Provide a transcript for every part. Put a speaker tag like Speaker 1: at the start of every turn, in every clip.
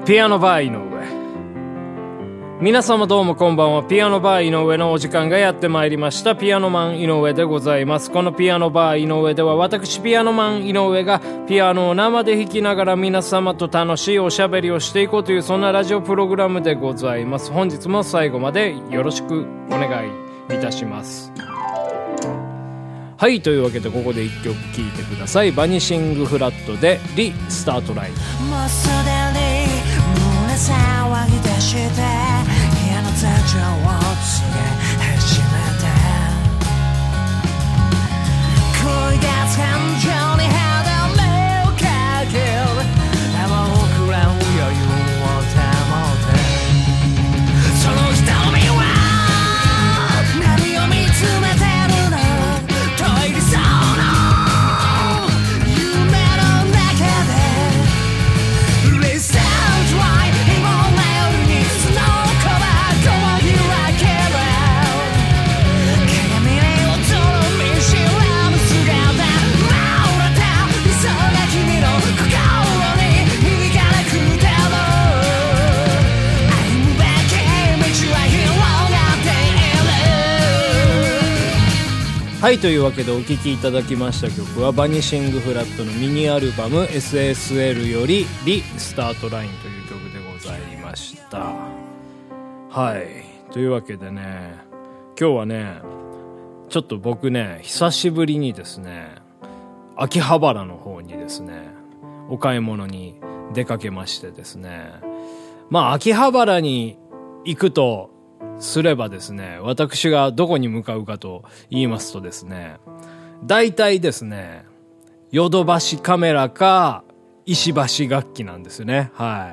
Speaker 1: ピアノバー井上。皆様どうもこんばんは。ピアノバー井上のお時間がやってまいりました。ピアノマン井上でございます。このピアノバー井上では、私ピアノマン井上がピアノを生で弾きながら皆様と楽しいおしゃべりをしていこうという、そんなラジオプログラムでございます。本日も最後までよろしくお願いいたします。はい、というわけでここで一曲聴いてください。バニシングフラットでリスタートライン。
Speaker 2: もうすでに胸騒ぎ出して嫌な座長を告げ始めた。恋が感情に肌目をかける泡をくらう余裕を保て、その瞳は何を見つめてるの、遠い理想の夢の中で Let's start right 今の夜にスノーコバーこぎ分ける鏡に映る見知らぬ姿、漏れた理想が君の心に響かなくても歩むべき道は広がっている。
Speaker 1: はい、というわけでお聴きいただきました曲はバニシングフラットのミニアルバム SSL よりリスタートラインという曲でございました。はい、というわけでね、今日はねちょっと僕ね久しぶりにですね秋葉原の方にですねお買い物に出かけましてですね、まあ秋葉原に行くとすればですね、私がどこに向かうかと言いますとですね、大体ですねヨドバシカメラか石橋楽器なんですよね。はい。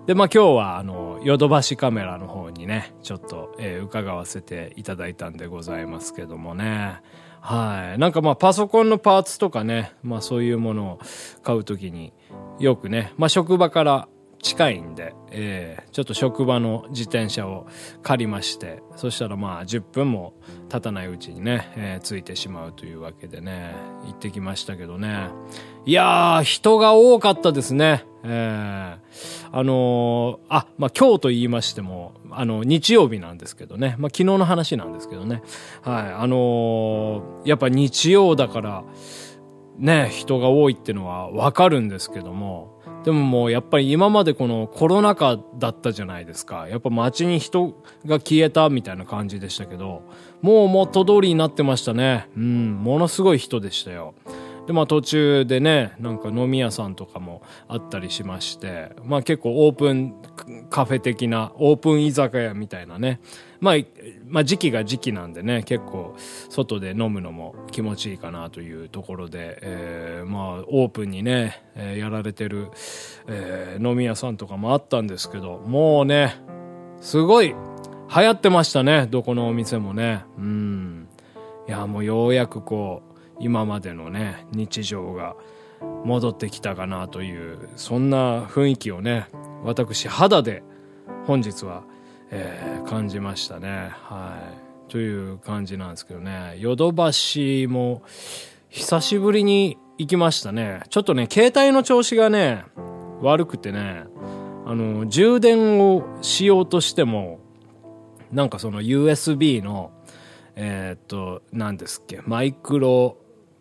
Speaker 1: でまあ今日はヨドバシカメラの方にねちょっと、伺わせていただいたんでございますけどもね。はい。なんかまあパソコンのパーツとかね、まあそういうものを買うときによくね、まあ職場から近いんで、ちょっと職場の自転車を借りまして、そしたらまあ10分も経たないうちにね、着いてしまうというわけでね、行ってきましたけどね。いやー、人が多かったですね。まあ今日と言いましても、日曜日なんですけどね。まあ昨日の話なんですけどね。はい。やっぱ日曜だから、ね、人が多いってのはわかるんですけども、でももうやっぱり今までこのコロナ禍だったじゃないですか。やっぱ街に人が消えたみたいな感じでしたけど、もう元通りになってましたね。ものすごい人でしたよ。でまあ途中でね、なんか飲み屋さんとかもあったりしまして、まあ結構オープンカフェ的な、オープン居酒屋みたいなね。まあ時期が時期なんでね、結構外で飲むのも気持ちいいかなというところで、まあオープンにね、やられてる、飲み屋さんとかもあったんですけど、もうね、すごい流行ってましたね、どこのお店もね。いやもうようやくこう、今までのね日常が戻ってきたかなという、そんな雰囲気をね私肌で本日は、感じましたね。はいという感じなんですけどね、ヨドバシも久しぶりに行きましたね。ちょっとね携帯の調子がね悪くてね、充電をしようとしてもなんかその USB の何ですっけ、マイクロ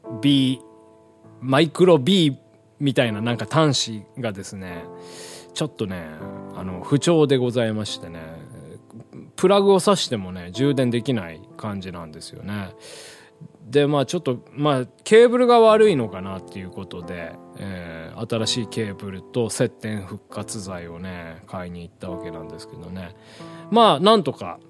Speaker 1: B みたいななんか端子がですねちょっとね不調でございましてね、プラグを挿してもね充電できない感じなんですよね。でまあちょっとまあケーブルが悪いのかなっていうことで、新しいケーブルと接点復活剤をね買いに行ったわけなんですけどね、まあなんとか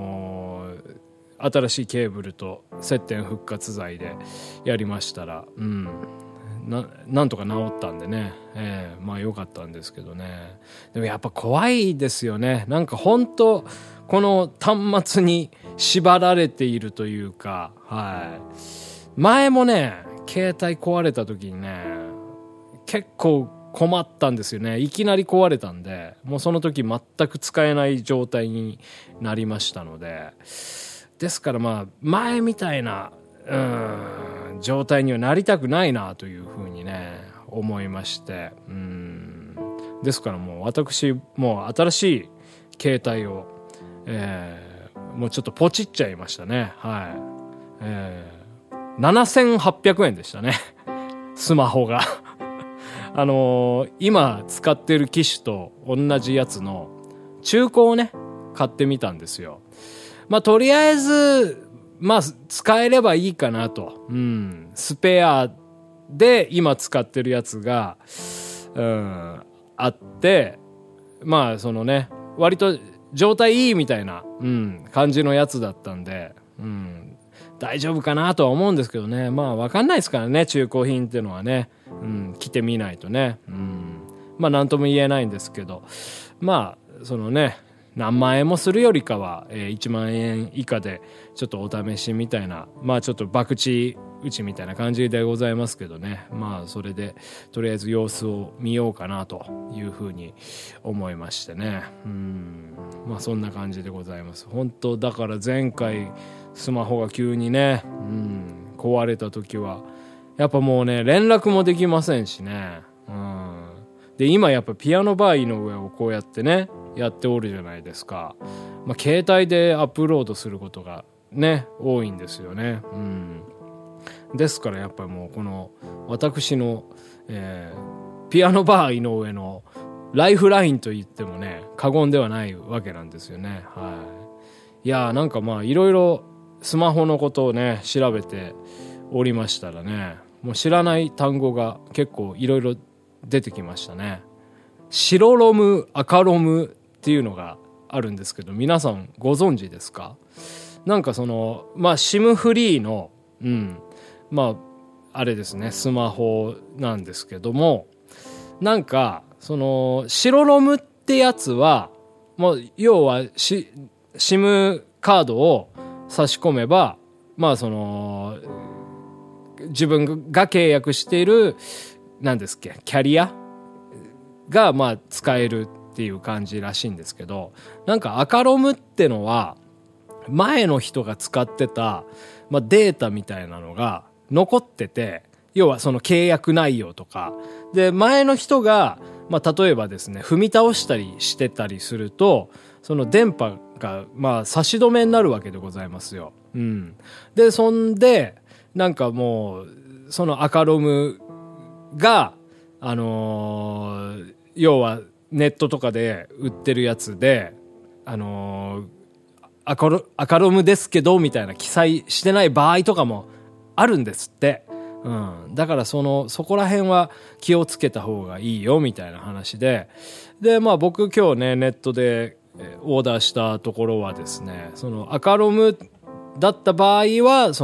Speaker 1: 新しいケーブルと接点復活剤でやりましたら、なんとか治ったんでね、まあ良かったんですけどね。でもやっぱ怖いですよね。なんか本当この端末に縛られているというか、前もね携帯壊れた時にね結構困ったんですよね。いきなり壊れたんで、もうその時全く使えない状態になりましたので、ですからまあ前みたいな状態にはなりたくないなというふうにね思いまして、 ですからもう私もう新しい携帯を、もうちょっとポチっちゃいましたね。はい。7800円でしたね。スマホが。今使ってる機種と同じやつの中古をね、買ってみたんですよ。まあ、とりあえず、まあ、使えればいいかなと。うん。スペアで今使ってるやつが、あって、まあ、そのね、割と状態いいみたいな、感じのやつだったんで、大丈夫かなとは思うんですけどね。まあ、わかんないですからね、中古品っていうのはね。着てみないとね。まあ、なんとも言えないんですけど。まあ、そのね、何万円もするよりかは、1万円以下でちょっとお試しみたいな、まあちょっと博打打ちみたいな感じでございますけどね。まあそれでとりあえず様子を見ようかなというふうに思いましてね。まあそんな感じでございます。本当だから前回スマホが急にね、壊れた時はやっぱもうね連絡もできませんしね。で今やっぱピアノバー井上をこうやってねやっておるじゃないですか。まあ、携帯でアップロードすることがね多いんですよね。ですからやっぱりもうこの私の、ピアノバー井上のライフラインと言ってもね過言ではないわけなんですよね。いやなんかまあいろいろスマホのことをね調べておりましたらね、もう知らない単語が結構いろいろ出てきましたね。白ロム、赤ロムっていうのがあるんですけど、皆さんご存知ですか？なんかそのまあ SIM フリーのまああれですねスマホなんですけども、なんかその白ロムってやつはもう要はSIM カードを差し込めばまあその自分が契約している何ですっけキャリアがまあ使えるっていう感じらしいんですけど、なんか赤ロムってのは前の人が使ってた、まあ、データみたいなのが残ってて、要はその契約内容とかで前の人が、まあ、例えばですね踏み倒したりしてたりするとその電波がまあ差し止めになるわけでございますよ。でそんでなんかもうその赤ロムが要はネットとかで売ってるやつで赤ロムですけどみたいな記載してない場合とかもあるんですって。だからそこら辺は気をつけた方がいいよみたいな話で、まあ僕今日ねネットでオーダーしたところはですね、その赤ロムだった場合は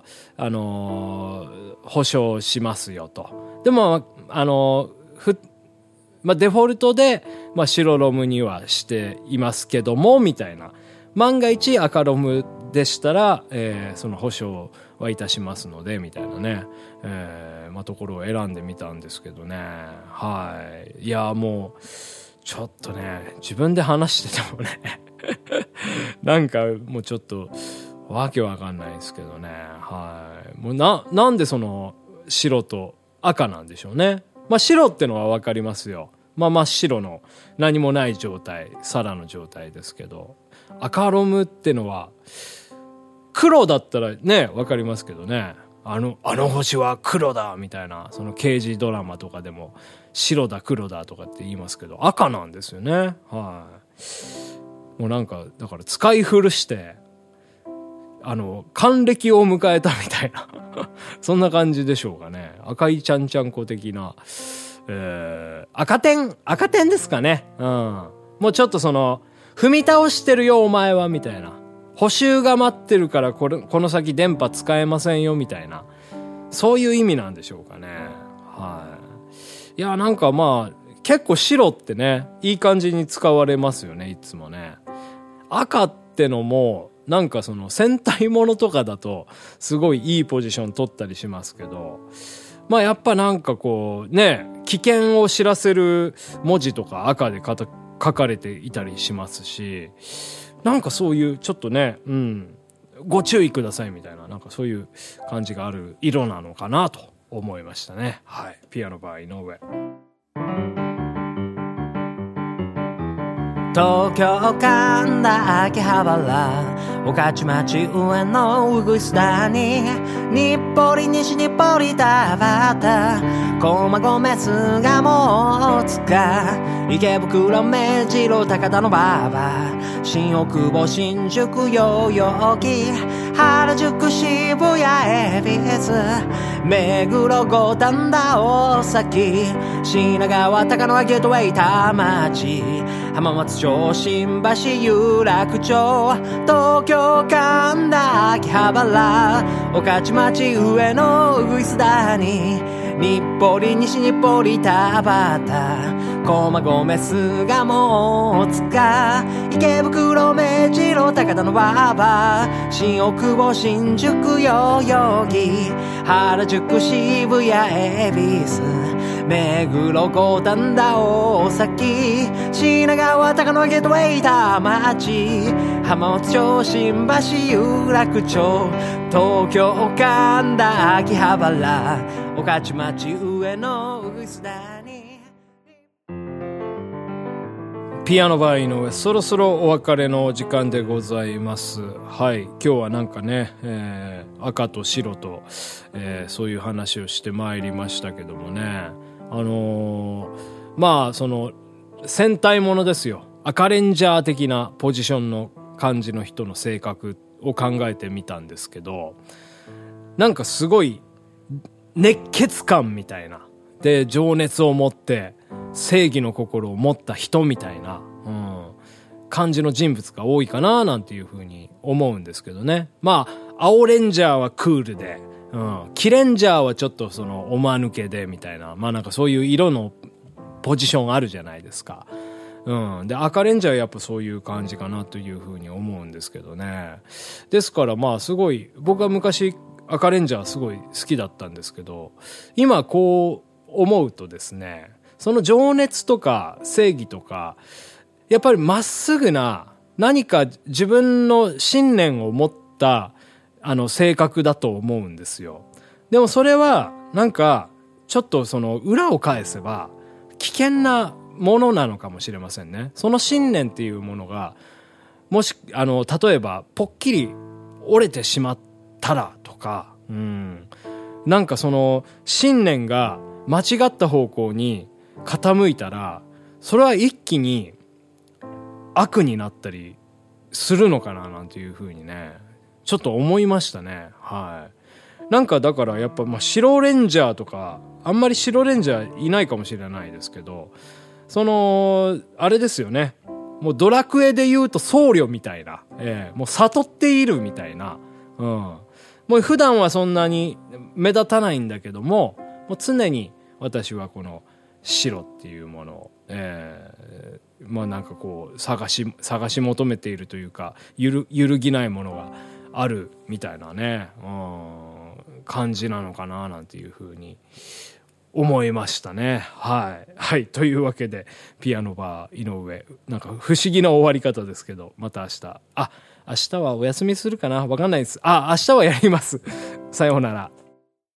Speaker 1: 保証しますよと。でもまあ、デフォルトで、まあ、白ロムにはしていますけどもみたいな、万が一赤ロムでしたら、その保証はいたしますのでみたいなね、まあ、ところを選んでみたんですけどね。いやもうちょっとね自分で話しててもねなんかもうちょっとわけわかんないですけどね。もうなんでその白と赤なんでしょうね。まあ白ってのはわかりますよ。まあ真っ白の何もない状態、皿の状態ですけど、赤ロムってのは黒だったらねわかりますけどね。あの星は黒だみたいな、その刑事ドラマとかでも白だ黒だとかって言いますけど、赤なんですよね。もうなんかだから使い古して還暦を迎えたみたいなそんな感じでしょうかね。赤いちゃんちゃんこ的な、赤点ですかね。もうちょっとその踏み倒してるよお前はみたいな、補修が待ってるからこの先電波使えませんよみたいな、そういう意味なんでしょうかね。いやなんかまあ結構白ってねいい感じに使われますよね、いつもね。赤ってのもなんかその戦隊ものとかだとすごいいいポジション取ったりしますけど、まあやっぱなんかこうね危険を知らせる文字とか赤で書かれていたりしますし、なんかそういうちょっとねご注意くださいみたいな、なんかそういう感じがある色なのかなと思いましたね。ピアノバー井上。
Speaker 2: 東京神田秋葉原御徒町上野うぐいす谷日暮里西日暮里田端駒込巣鴨大塚池袋目白高田馬場新大久保新宿代々木原宿渋谷恵比寿目黒五反田大崎品川高輪ゲートウェイ田町浜松町新橋有楽町東京神田秋葉原御徒町上野うぐいす谷日暮里西日暮里田端駒込巣鴨大塚池袋目白高田馬場新大久保新宿代々木原宿渋谷恵比寿目黒五反田大崎品川高輪ゲートウェイ田町浜松町新橋有楽町東京神田秋葉原御徒町上野うぐいす谷
Speaker 1: ピアノバー井上、そろそろお別れの時間でございます。はい、今日はなんかね、赤と白と、そういう話をしてまいりましたけどもね、まあその戦隊ものですよ。赤レンジャー的なポジションの感じの人の性格を考えてみたんですけど、なんかすごい熱血感みたいなで情熱を持って正義の心を持った人みたいな、感じの人物が多いかななんていう風に思うんですけどね。まあ青レンジャーはクールで、黄レンジャーはちょっとそのおまぬけでみたいな、まあなんかそういう色のポジションあるじゃないですか。で赤レンジャーはやっぱそういう感じかなという風に思うんですけどね。ですからまあすごい僕は昔赤レンジャーすごい好きだったんですけど、今こう思うとですね、その情熱とか正義とかやっぱりまっすぐな何か自分の信念を持った性格だと思うんですよ。でもそれはなんかちょっとその裏を返せば危険なものなのかもしれませんね。その信念っていうものがもし例えばぽっきり折れてしまったらとか、なんかその信念が間違った方向に傾いたらそれは一気に悪になったりするのかななんていう風にねちょっと思いましたね。はい。なんかだからやっぱ白レンジャーとかあんまり白レンジャーいないかもしれないですけど、そのあれですよね、もうドラクエで言うと僧侶みたいな、もう悟っているみたいな、もう普段はそんなに目立たないんだけども、もう常に私はこの白っていうものを、まあなんかこう探し求めているというか揺るぎないものがあるみたいなね、感じなのかななんていうふうに思いましたね。はいはい。というわけでピアノバー井上、なんか不思議な終わり方ですけど、また明日はお休みするかな、わかんないです。明日はやります。さようなら。